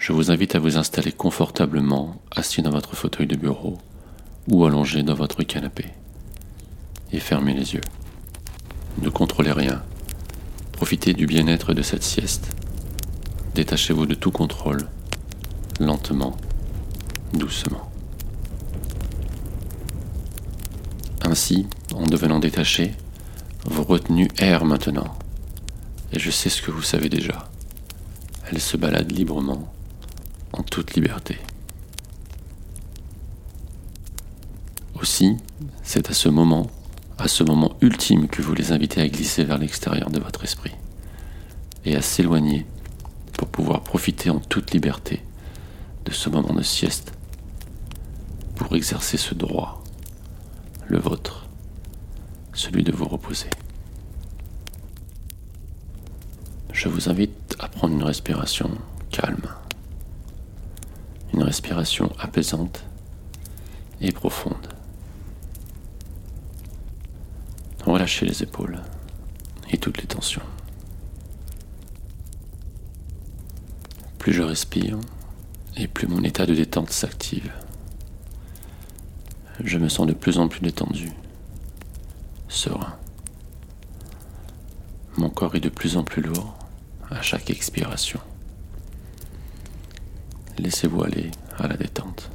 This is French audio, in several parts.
Je vous invite à vous installer confortablement, assis dans votre fauteuil de bureau ou allongé dans votre canapé. Et fermez les yeux. Ne contrôlez rien. Profitez du bien-être de cette sieste. Détachez-vous de tout contrôle, lentement, doucement. Ainsi, en devenant détaché, vos retenues errent maintenant. Et je sais ce que vous savez déjà. Elles se baladent librement, en toute liberté. Aussi, c'est à ce moment ultime que vous les invitez à glisser vers l'extérieur de votre esprit et à s'éloigner pour pouvoir profiter en toute liberté de ce moment de sieste pour exercer ce droit, le vôtre, celui de vous reposer. Je vous invite à prendre une respiration calme, une respiration apaisante et profonde. Relâchez les épaules et toutes les tensions. Plus je respire, et plus mon état de détente s'active. Je me sens de plus en plus détendu, serein. Mon corps est de plus en plus lourd à chaque expiration. Laissez-vous aller à la détente.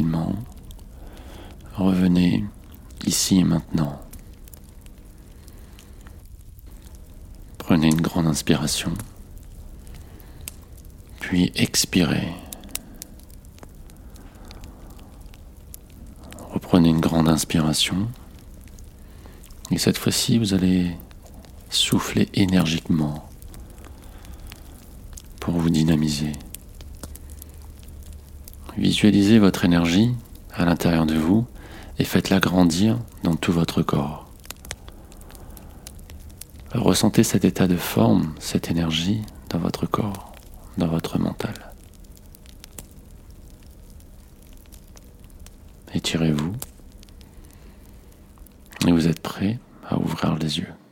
tranquillement. Revenez ici et maintenant. Prenez une grande inspiration, puis expirez. Reprenez une grande inspiration, et cette fois-ci, vous allez souffler énergiquement pour vous dynamiser. Visualisez votre énergie à l'intérieur de vous et faites-la grandir dans tout votre corps. Ressentez cet état de forme, cette énergie dans votre corps, dans votre mental. Étirez-vous et vous êtes prêt à ouvrir les yeux.